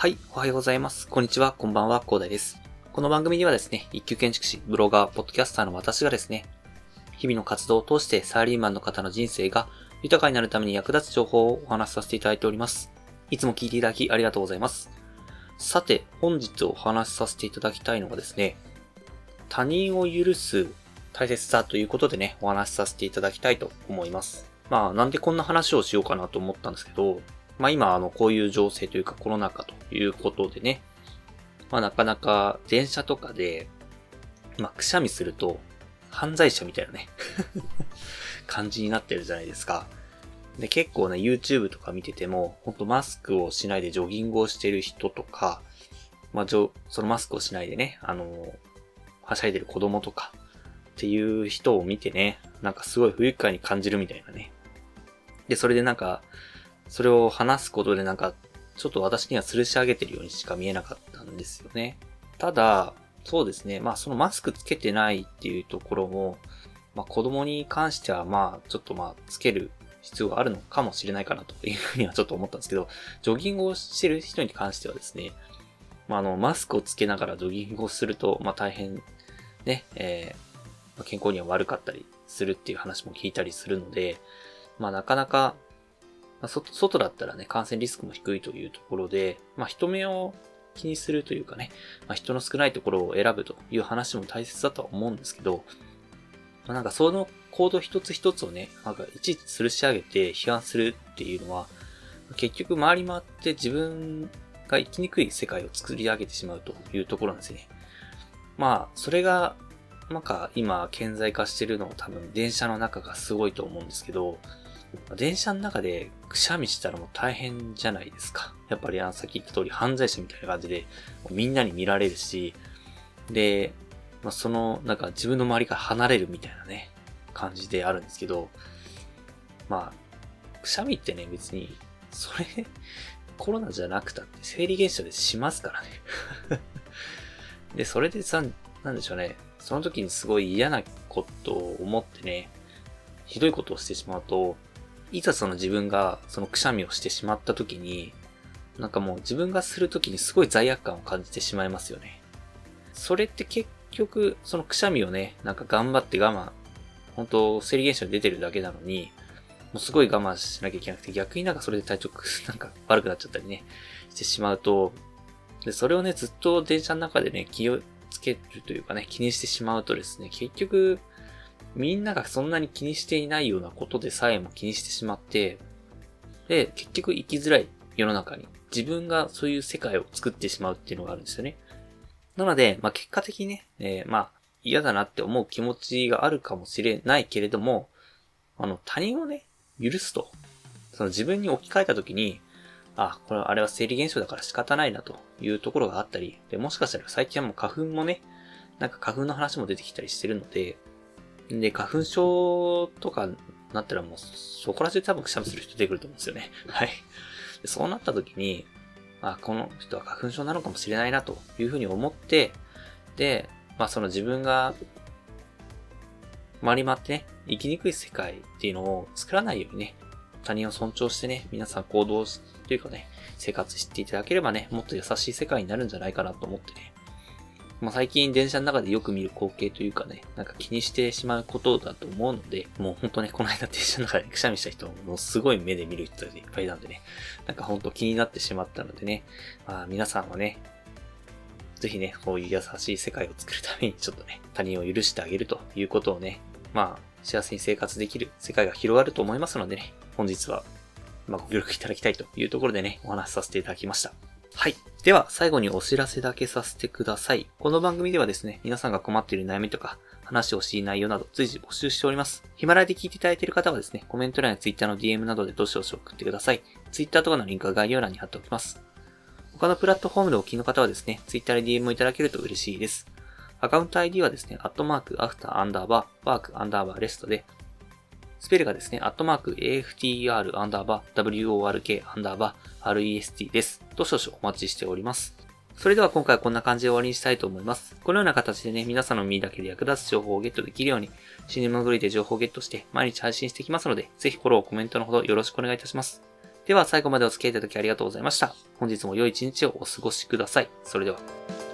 はい、おはようございます。こんにちは、こんばんは、広大です。この番組ではですね、一級建築士、ブロガー、ポッドキャスターの私がですね、日々の活動を通してサラリーマンの方の人生が豊かになるために役立つ情報をお話しさせていただいております。いつも聞いていただきありがとうございます。さて、本日お話しさせていただきたいのはですね、他人を許す大切さということでね、お話しさせていただきたいと思います。なんでこんな話をしようかなと思ったんですけど、今こういう情勢というかコロナ禍ということでね、なかなか電車とかで、くしゃみすると犯罪者みたいなね感じになってるじゃないですか。で、結構ね、YouTube とか見てても、ほんとマスクをしないでジョギングをしてる人とか、そのマスクをしないでね、はしゃいでる子供とかっていう人を見てね、すごい不愉快に感じるみたいなね。で、それでそれを話すことでちょっと私には吊るし上げてるようにしか見えなかったんですよね。ただ、そうですね、そのマスクつけてないっていうところも、子供に関してはちょっとつける必要があるのかもしれないかなというふうにはちょっと思ったんですけど、ジョギングをしてる人に関してはですね、マスクをつけながらジョギングをすると、大変ね、健康には悪かったりするっていう話も聞いたりするので、なかなか外だったらね、感染リスクも低いというところで、人目を気にするというかね、人の少ないところを選ぶという話も大切だとは思うんですけど、その行動一つ一つをね、いちいち吊るし上げて批判するっていうのは、結局回り回って自分が生きにくい世界を作り上げてしまうというところなんですね。それが、今、顕在化してるのを多分電車の中がすごいと思うんですけど、電車の中でくしゃみしたらもう大変じゃないですか。やっぱりさっき言った通り犯罪者みたいな感じでみんなに見られるし、で、その自分の周りから離れるみたいなね、感じであるんですけど、くしゃみってね別に、それ、コロナじゃなくたって生理現象でしますからね。で、それでなんでしょうね、その時にすごい嫌なことを思ってね、ひどいことをしてしまうと、いざその自分がそのくしゃみをしてしまった時に、もう自分がする時にすごい罪悪感を感じてしまいますよね。それって結局、そのくしゃみをね、頑張って我慢、本当生理現象に出てるだけなのに、もうすごい我慢しなきゃいけなくて、逆にそれで体調悪くなっちゃったりね、してしまうと、で、それをね、ずっと電車の中でね、気をつけるというかね、気にしてしまうとですね、結局、みんながそんなに気にしていないようなことでさえも気にしてしまって、で、結局生きづらい世の中に自分がそういう世界を作ってしまうっていうのがあるんですよね。なので、結果的にね、嫌だなって思う気持ちがあるかもしれないけれども、他人をね、許すと。その自分に置き換えたときに、あれは生理現象だから仕方ないなというところがあったり、で、もしかしたら最近はもう花粉もね、花粉の話も出てきたりしてるので、で、花粉症とかなったらもう、そこら中で多分くしゃみする人出てくると思うんですよね。はい。でそうなった時に、この人は花粉症なのかもしれないなというふうに思って、で、その自分が回り回ってね、生きにくい世界っていうのを作らないようにね、他人を尊重してね、皆さん行動というかね、生活していただければね、もっと優しい世界になるんじゃないかなと思ってね、最近電車の中でよく見る光景というかね、気にしてしまうことだと思うので、もうほんとね、この間電車の中でくしゃみした人もすごい目で見る人でいっぱいなんでね、ほんと気になってしまったのでね、皆さんはね、ぜひね、こういう優しい世界を作るためにちょっとね、他人を許してあげるということをね、幸せに生活できる世界が広がると思いますのでね、本日は、ご協力いただきたいというところでね、お話しさせていただきました。はい。では、最後にお知らせだけさせてください。この番組ではですね、皆さんが困っている悩みとか、話をしている内容など随時募集しております。ヒマラヤで聞いていただいている方はですね、コメント欄や Twitter の DM などでどしどし送ってください。Twitter とかのリンクは概要欄に貼っておきます。他のプラットフォームでお聞きの方はですね、Twitter で DM をいただけると嬉しいです。アカウント ID はですね、@after_work_rest で、スペルがですね、@aftr_work_rest です。どしどしお待ちしております。それでは今回はこんな感じで終わりにしたいと思います。このような形でね、皆さんの耳だけで役立つ情報をゲットできるように、死に物狂いで情報をゲットして毎日配信していきますので、ぜひフォロー、コメントのほどよろしくお願いいたします。 では最後までお付き合いいただきありがとうございました。本日も良い一日をお過ごしください。それでは。